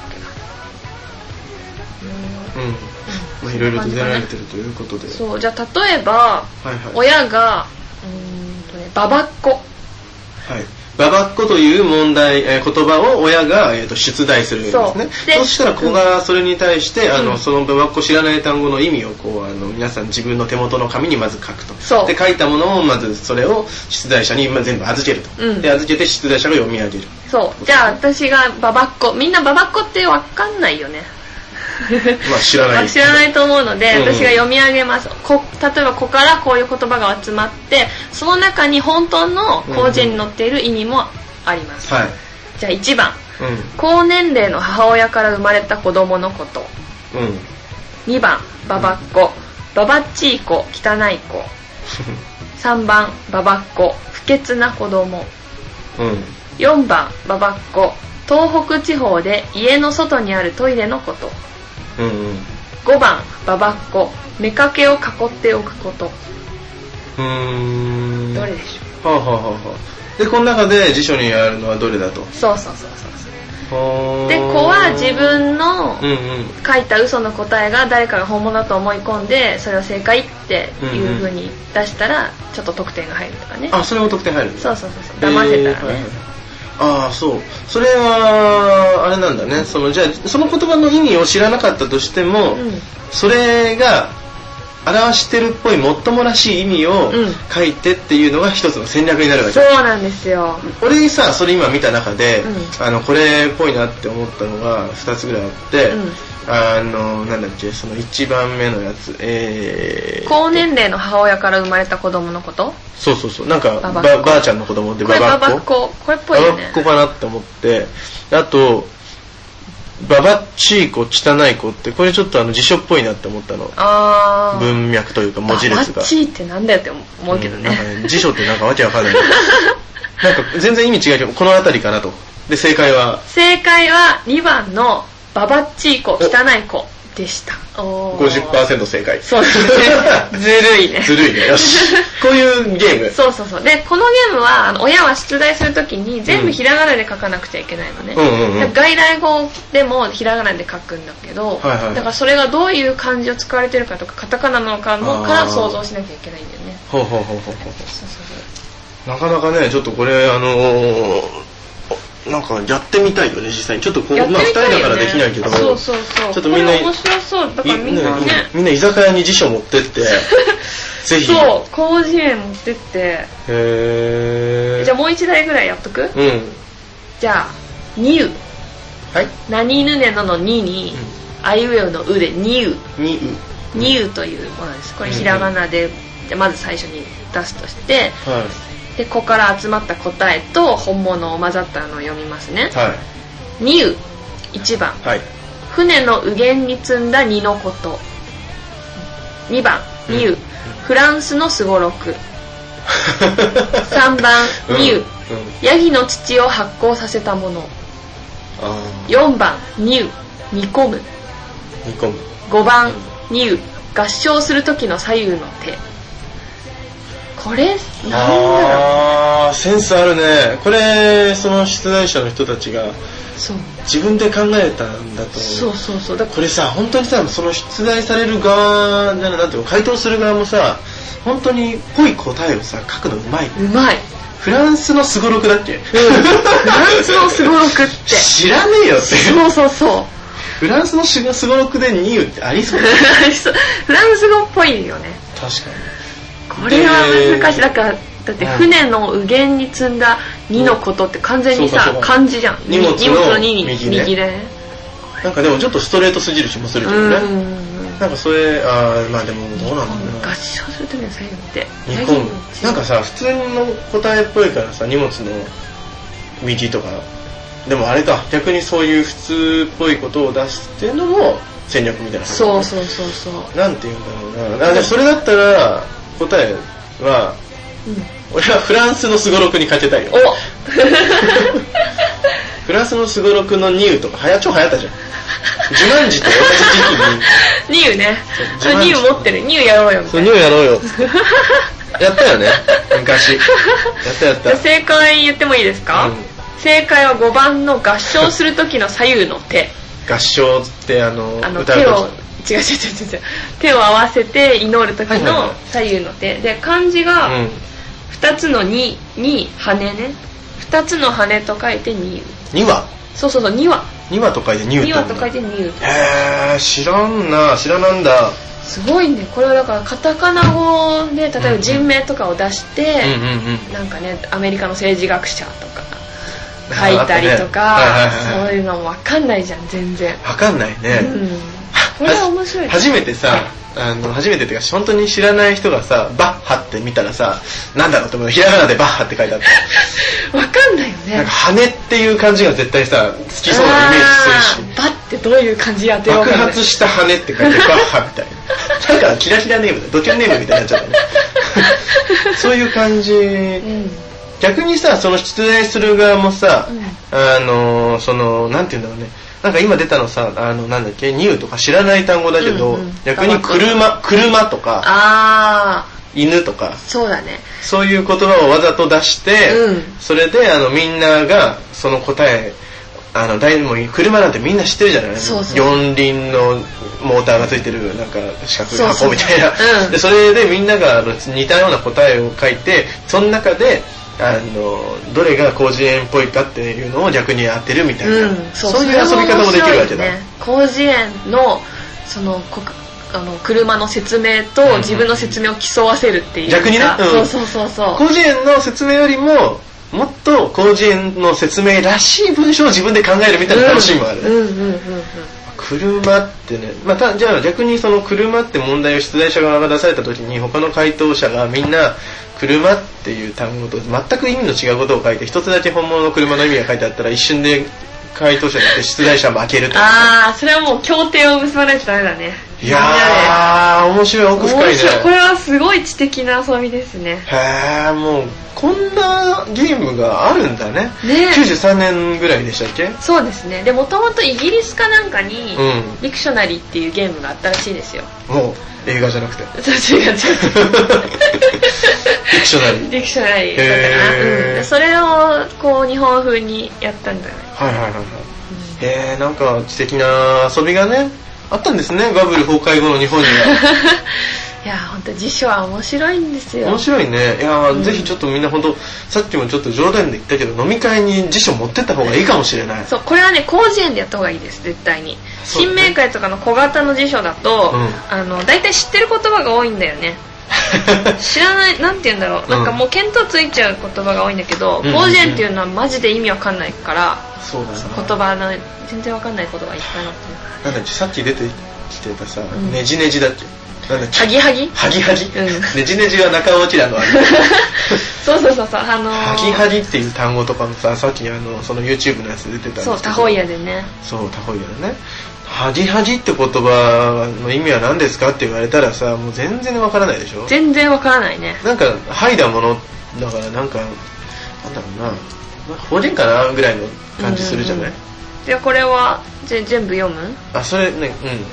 けなうん、うんまあ、いろいろと出られてるということでそうじゃあ例えば、はいはい、親がうんとねババッコはいババッコという問題、えー、言葉を親が、えー、と出題するんですね。そ, そしたら子がそれに対して、うん、あのそのババッコ知らない単語の意味をこうあの皆さん自分の手元の紙にまず書くと。で書いたものをまずそれを出題者に全部預けると、うん、で預けて出題者が読み上げる。 そうじゃあ私がババッコみんなババッコって分かんないよねまあ知らない、 知らないと思うので、うん、私が読み上げます。こ例えばここからこういう言葉が集まってその中に本当の広辞苑に載っている意味もあります、うんうんはい、じゃあいちばん、うん、高年齢の母親から生まれた子供のこと、うん、にばんババッコ、ババッチー子汚い子さんばんババッコ不潔な子供、うん、よんばんババッコ東北地方で家の外にあるトイレのこと、うんうん、ごばんババッコ妾を囲っておくこと。 うーんどれでしょう。 はあはあはあ、でこの中で辞書にあるのはどれだと。 そうそうそうそうで子は自分の書いた嘘の答えが誰かが本物だと思い込んでそれを正解っていう風に出したらちょっと得点が入るとかね。 あそれも得点入る。 そうそうそうそう騙せたらね、 えー、ああそうそれはあれなんだね。そのじゃあその言葉の意味を知らなかったとしても、うん、それが表してるっぽいもっともらしい意味を書いてっていうのが一つの戦略になるわけ。 そうなんですよ。 俺さそれ今見た中で、うん、あのこれっぽいなって思ったのがふたつぐらいあって、うん、あのなんだっけそのいちばんめのやつ、えー、 高年齢の母親から生まれた子供のこと。 そうそうそうなんか ば, ばあちゃんの子供でババッコこれっぽいよね。 ババッコかなって思ってあとババッチー子汚い子ってこれちょっとあの辞書っぽいなって思ったの。あ文脈というか文字列が。ババッチーってなんだよって思うけどね。うん、なんかね辞書ってなんかわけわかんない。なんか全然意味違うけどこの辺りかなと。で正解は正解はにばんのババッチー子汚い子でした。 ごじゅっパーセント 正解。 そうですね。ずるいね。 ずるいね。よし。こういうゲーム。 そうそうそう。でこのゲームはあの親は出題するときに全部ひらがなで書かなくちゃいけないのね。うんうんうん、外来語でもひらがなで書くんだけど、はいはい、だからそれがどういう漢字を使われてるかとかカタカナなのかもから想像しなきゃいけないんだよね。 ほうほうほうほうほう。そうそうそう。なかなかねちょっとこれあのー。なんかやってみたいよね実際にちょっとこう、ね、まあふたりだからできないけどそうそうそうちょっとみんな面白そうだからみんなねみんな居酒屋に辞書持ってってぜひそう広辞苑持ってってへーじゃあもう一台ぐらいやっとくうんじゃあにうはい何ぬねののにに、うん、あいうえおのうでにうにうにうというものですこれひらがなで、うんうん、じゃあまず最初に出すとして、はいでここから集まった答えと本物を混ざったのを読みますね。はい。にういちばん、はい、船の右舷に積んだ荷のこと。にばんにう、うん、フランスのすごろく。さんばんにう、うんうん、ヤギの乳を発酵させたもの。よんばんにう煮込む。 煮込む。 ごばんにう合唱する時の左右の手。 これなんだろう。 あー、センスあるね。これその出題者の人たちがそう自分で考えたんだと。 そうそうそう。 だこれさ、本当にさ、その出題される側じゃなんていうの、回答する側もさ、本当にぽい答えをさ書くのうまい。 うまい。 フランスのすごろくだっけ？うん、フランスのすごろくって知らねえよって。 そうそうそう。 フランスのすごろくでニューってありそう。 フランス語っぽいよね。 確かに。 これは難しい。だからだって船の右舷に積んだにのことって完全にさ、漢字じゃん。 荷物のにに右ね。 右で。 なんかでもちょっとストレートすぎる気もするけどね。なんかそれ、あまあでもどうなんだろうな。 合唱するときの左右って。 日本なんかさ、普通の答えっぽいからさ、荷物の右とか。でもあれか、逆にそういう普通っぽいことを出すっていうのも戦略みたいな、ね、 そうそうそうそう。 なんていうんだろうな。あ、じゃあそれだったら答えは、うん、俺はフランスのすごろくに勝てたいよ。おフランスのすごろくのニューとかはや超流行ったじゃん。ジュマンジと同じ時期にニューね。ニュー持ってる。ニューやろうよみたいな。 そうニューやろうよ。やったよね昔。やったやった。 正解言ってもいいですか？うん、正解はごばんの合唱する時の左右の手。 合唱ってあのあの手を違う違う違う違う手を合わせて祈る時の左右の手で、漢字がふたつのにに羽ね。ふたつの羽と書いてにに羽。 そうそうそう、に羽。 に羽と書いてに羽。 に羽と書いてに羽。 へー、知らんな、知らなんだ。 すごいね。これはだからカタカナ語で例えば人名とかを出して、うんうんうん、なんかねアメリカの政治学者とか書いたりとか、ね、そういうのも分かんないじゃん全然。 分かんないね。うん、 これは面白い。 初めてさ、あの初めてっていうか本当に知らない人がさバッハって見たらさ、なんだろうと思う。ひらがなでバッハって書いてあった。 分かんないよね。 なんか羽っていう漢字が絶対さ好きそうなイメージするし。 バッってどういう漢字やってる爆発した羽って書いてバッハみたいな。なんかキラキラネームだ、ドキュンネームみたいになっちゃったね。そういう感じ、うん、逆にさ、その出題する側もさ、うん、あのそのなんて言うんだろうね、なんか今出たのさ、あのなんだっけ、ニューとか知らない単語だけど、うんうん、逆に車車とかあ犬とかそうだね、 そういう言葉をわざと出して、うん、それであのみんながその答え、あの誰も車なんてみんな知ってるじゃない。そうそう、四輪のモーターがついてるなんか四角い箱みたいな。そうそう、うん、でそれでみんなが似たような答えを書いて、その中であのどれが広辞苑っぽいかっていうのを逆に当てるみたいな、うん、そう、そういう遊び方もできるわけだ。ね、 広辞苑のそのあの車の説明と自分の説明を競わせるっていう、 逆にね、うん、 そうそうそうそう、 広辞苑の説明よりももっと広辞苑の説明らしい文章を自分で考えるみたいな楽しみもある。うんうんうんうん、車ってね、まあ、たじゃあ逆にその車って問題を出題者側が出された時に他の回答者がみんな車っていう単語と全く意味の違うことを書いて、一つだけ本物の車の意味が書いてあったら一瞬で回答者によって出題者も負けると。 ああ、それはもう協定を結ばないとダメだね。 いやー面白い、奥深いね。 これはすごい知的な遊びですね。 へー、もうこんなゲームがあるんだね。ね、きゅうじゅうさんねんぐらいでしたっけ。 そうですね。でもともとイギリスかなんかに、うん、ディクショナリーっていうゲームがあったらしいですよ。 もう映画じゃなくて。 そう、違う違う。ディクショナリー。 ディクショナリーだったかな。うん、それをこう日本風にやったんだよね。 はいはいはいはい。うん、へー、なんか知的な遊びがねあったんですね、バブル崩壊後の日本には。 いや本当辞書は面白いんですよ。 面白いね。いや、うん、ぜひちょっとみんな本当さっきもちょっと冗談で言ったけど飲み会に辞書持ってった方がいいかもしれない。 そう、これはね広辞苑でやった方がいいです、絶対に。新明会とかの小型の辞書だと、うん、あの大体知ってる言葉が多いんだよね。知らない、なんて言うんだろう、なんかもう見当ついちゃう言葉が多いんだけど、うん、広辞苑っていうのはマジで意味わかんないから、そうだな、言葉の全然わかんないことがいっぱいなってる。 なんだっけ、さっき出てきてたさ、うん、ねじねじだっけ、なんだっけ、 はぎはぎはぎはぎ、うん、ねじねじは中尾明のあれ。 そうそうそうそう、あのー、 はぎはぎっていう単語とかもさ、さっきあのその YouTube のやつ出てたんですけど、 そう、タホイヤでね、 そう、タホイヤでね、はぎはぎって言葉の意味は何ですかって言われたらさ、もう全然わからないでしょ。 全然わからないね。 なんか剥いだものだから、なんかなんだろうな、法人かなぐらいの感じするじゃない。 でこれはぜ全部読む？ あ、それね、うん。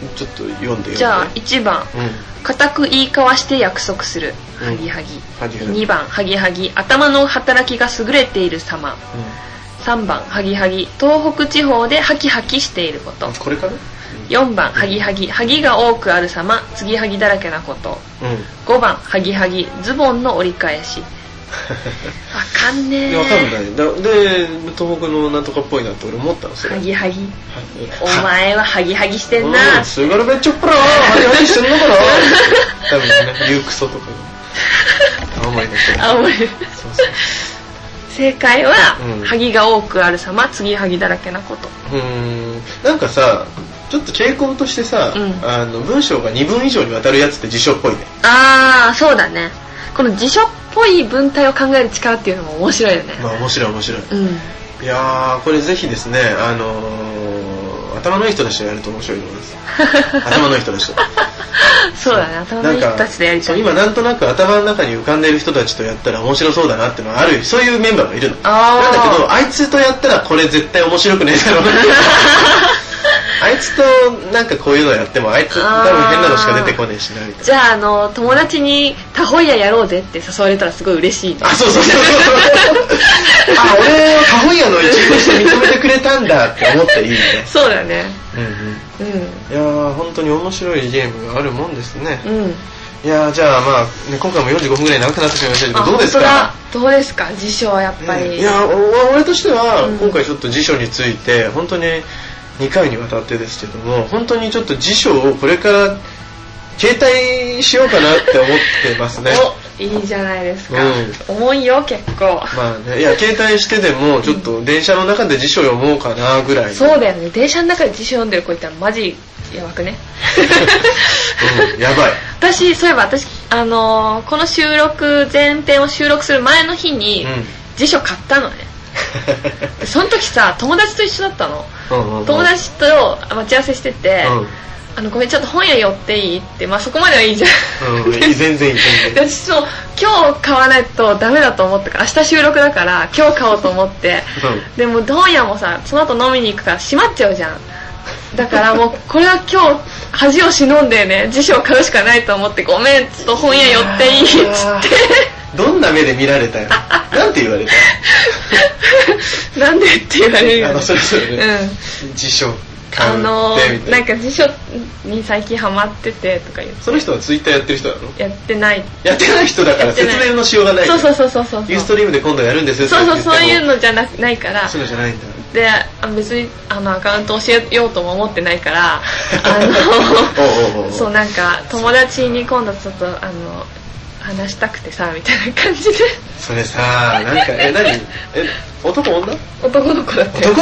ちょっと読んでよ、ね、 じゃあいちばん、うん、固く言い交わして約束する、はぎはぎ、うん、にばんはぎはぎ、頭の働きが優れている様、うん、さんばんはぎはぎ、東北地方でハキハキしていること。これかな。よんばんはぎはぎ、はぎが多くある様、継ぎはぎだらけなこと、うん、ごばんはぎはぎ、ズボンの折り返し。わかんねえ。わかんないだ。で東北のなんとかっぽいなって俺思ったの。それはぎはぎ、お前ははぎはぎしてんな、うん、すがるべっちょっぱらはぎはぎしてんのかな多分ね、言うクソとか青森の人青森そうそう正解は、うん、はぎが多くある様、継ぎはぎだらけなこと。うーん、なんかさちょっと傾向としてさ、うん、あの文章がにぶん以上にわたるやつって辞書っぽいね。ああ、そうだね。この辞書っぽい文体を考える力っていうのも面白いよね。まあ面白い面白い、うん、いやーこれぜひですね、あのー、頭のいい人たちとやると面白いと思います頭のいい人たちとそうだね、頭のいい人たちとやりたい。今なんとなく頭の中に浮かんでいる人たちとやったら面白そうだなっていうのはある、そういうメンバーがいるの。なんだけどあいつとやったらこれ絶対面白くねえだろうなあいつとなんかこういうのやってもあいつ多分変なのしか出てこねえしなみたいな。じゃあ、あの友達にタホイヤやろうぜって誘われたらすごい嬉しい、ね、あ、そうそうそうあ、俺をタホイヤの一員として認めてくれたんだって思っていいねそうだね、うんうんうん、いやー本当に面白いゲームがあるもんですね、うん、いやーじゃあまあ、ね、今回もよんじゅうごふんぐらい長くなってしまいましたけどどうですか。どうですか辞書はやっぱり、うん、いや俺としては今回ちょっと辞書について本当ににかいにわたってですけども本当にちょっと辞書をこれから携帯しようかなって思ってますねお、いいじゃないですか、うん、重いよ結構。まあね、いや携帯してでもちょっと電車の中で辞書読もうかなぐらい、うん、そうだよね。電車の中で辞書読んでる子いたらマジやばくね、うん、やばい私そういえば私、あのー、この収録前編を収録する前の日に辞書買ったのね、うん、その時さ友達と一緒だったの、うんうんうん、友達と待ち合わせしてて、うん、あのごめんちょっと本屋寄っていいって、まあそこまではいいじゃん、うん、全然いい全然いい私そう今日買わないとダメだと思ったから明日収録だから今日買おうと思って、うん、でも本屋もさその後飲みに行くから閉まっちゃうじゃん。だからもうこれは今日恥を忍んでね辞書を買うしかないと思ってごめんちょっと本屋寄っていいっつってどんな目で見られたよなんて言われたなんでって言われるよ、ね、あのそれぞれね、うん、辞書買うってみたいな、あのー、なんか辞書に最近ハマっててとか言って。その人はツイッターやってる人なの？やってないやってない人だから説明のしようがない。そうそうそうそうそうユーストリームで今度やるんですよ。そうそうそういうのじゃ な, ないからそういうのじゃないんだ。で別にあのアカウント教えようとも思ってないからあのおうおうおうそうなんか友達に今度ちょっとあの話したくてさみたいな感じでそれさなんかえ何え男女男の子だって。男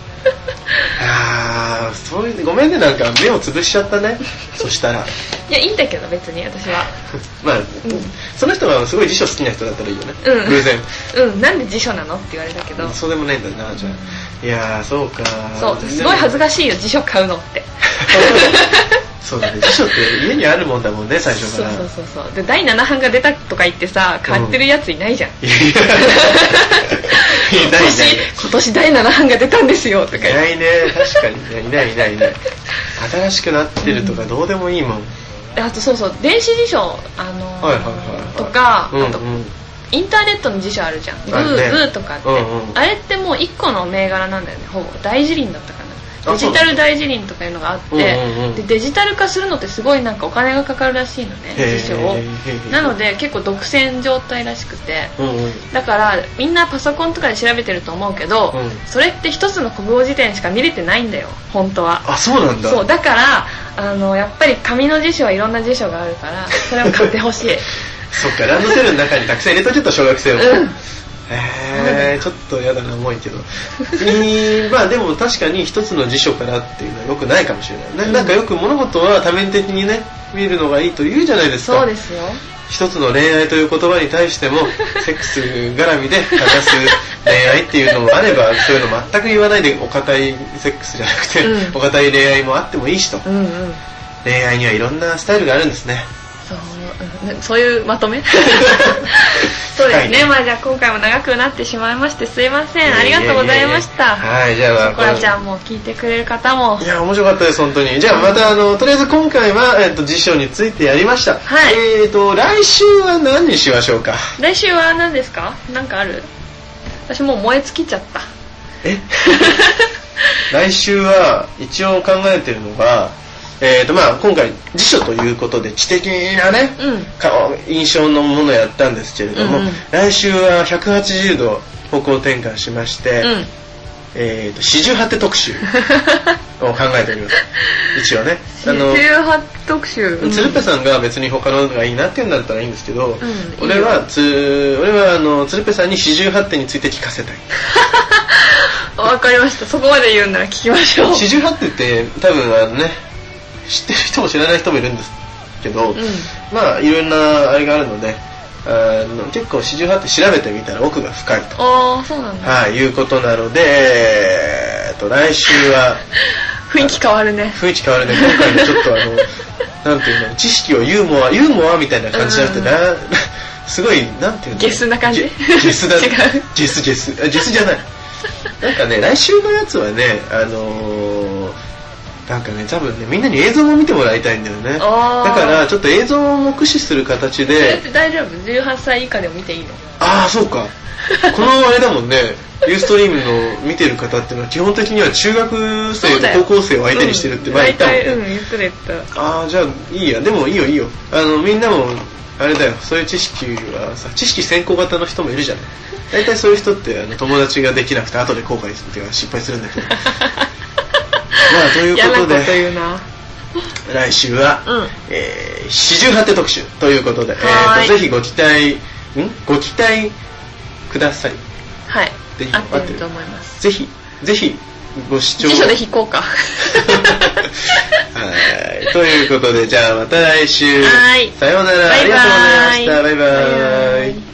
あーそういうごめんねなんか目をつぶしちゃったねそしたらいやいいんだけど別に私はまあ、うん、その人はすごい辞書好きな人だったらいいよね、うん、偶然うんなんで辞書なのって言われたけど、うん、そうでもないんだなじゃあ、うん、いやーそうかそうすごい恥ずかしいよ辞書買うのってそうだね辞書って家にあるもんだもんね最初から。そうそうそうそうでだいなな版が出たとか言ってさ買ってるやついないじゃん、うん、いや今年今年だいなな版が出たんですよとかいないね確かにねいないいないいない新しくなってるとかどうでもいいもん、うん、あとそうそう電子辞書あのーはいはいはいはい、とか、うんうん、あとインターネットの辞書あるじゃんグー、ね、グーとかって、うんうん、あれってもういっこの銘柄なんだよねほぼ大辞林だったかなデジタル大辞林とかいうのがあって、うんうんうん、でデジタル化するのってすごいなんかお金がかかるらしいのね辞書をなので結構独占状態らしくて、うんうん、だからみんなパソコンとかで調べてると思うけど、うん、それって一つの国語辞典しか見れてないんだよ本当は。あそうなんだ。そうだからあのやっぱり紙の辞書はいろんな辞書があるからそれを買ってほしいそっかランドセルの中にたくさん入れとけと小学生も、うんえー、ちょっとやだな重いけどまあでも確かに一つの辞書からっていうのはよくないかもしれない、うん、なんかよく物事は多面的にね見るのがいいと言うじゃないですか。そうですよ。一つの恋愛という言葉に対してもセックス絡みで話す恋愛っていうのもあればそういうの全く言わないでお堅いセックスじゃなくて、うん、お堅い恋愛もあってもいいしと、うんうん、恋愛にはいろんなスタイルがあるんですね。そううん、そういうまとめそうですね、はい、まあじゃあ今回も長くなってしまいましてすいません、ありがとうございました。 はいじゃあショコラちゃんも聞いてくれる方もいや面白かったです本当に。じゃあまたあのとりあえず今回は、えー、と辞書についてやりました。 はい。 えーと来週は何にしましょうか。 来週は何ですか。なんかある。私もう燃え尽きちゃった。 え来週は一応考えてるのが、えーとまあ、今回辞書ということで知的なね、うん、印象のものをやったんですけれども、うんうん、来週はひゃくはちじゅうど方向転換しまして、うんえーと四十八手特集を考えております一応ね四十八特集、 うん、鶴瓶さんが別に他ののがいいなって言うんだったらいいんですけど、うん、俺はつ俺はあの鶴瓶さんに四十八手について聞かせたいわかりました。そこまで言うなら聞きましょう。 四十八手って多分あのね知ってる人も知らない人もいるんですけど、うん、まあいろんなあれがあるのであの結構四十八手調べてみたら奥が深いとあそうなんだ、 はい、いうことなので、えー、と来週は雰囲気変わるね雰囲気変わるね今回のちょっとあのなんていうの知識をユーモアユーモアみたいな感じじゃなくてなすごいなんていうのゲスな感じゲスだ違うゲスゲスゲスじゃないなんかね来週のやつはねあのー、なんかね多分ねみんなに映像も見てもらいたいんだよね。だからちょっと映像も駆使する形で。 それって大丈夫？じゅうはっさい以下でも見ていいの？ ああそうか。このあれだもんね。ユーストリームの見てる方っていうのは基本的には中学生と高校生を相手にしてるって前言ったもんね。 うん、言ってた言った。 ああじゃあいいや。でもいいよいいよ。あのみんなもあれだよ。そういう知識はさ知識先行型の人もいるじゃない。大体そういう人ってあの友達ができなくて後で後悔するっていうか失敗するんだけど。まあということで。 嫌なこと言うな。 来週は、うんえー、四十八手特集ということで、えー、とぜひご期待んご期待ください。 はい。で合ってると思います。 ぜひぜひご視聴。 辞書で引こうか。はい 。ということでじゃあまた来週。 はい。 さようなら。 バイバイありがとうございました。バイバイ。バイバイ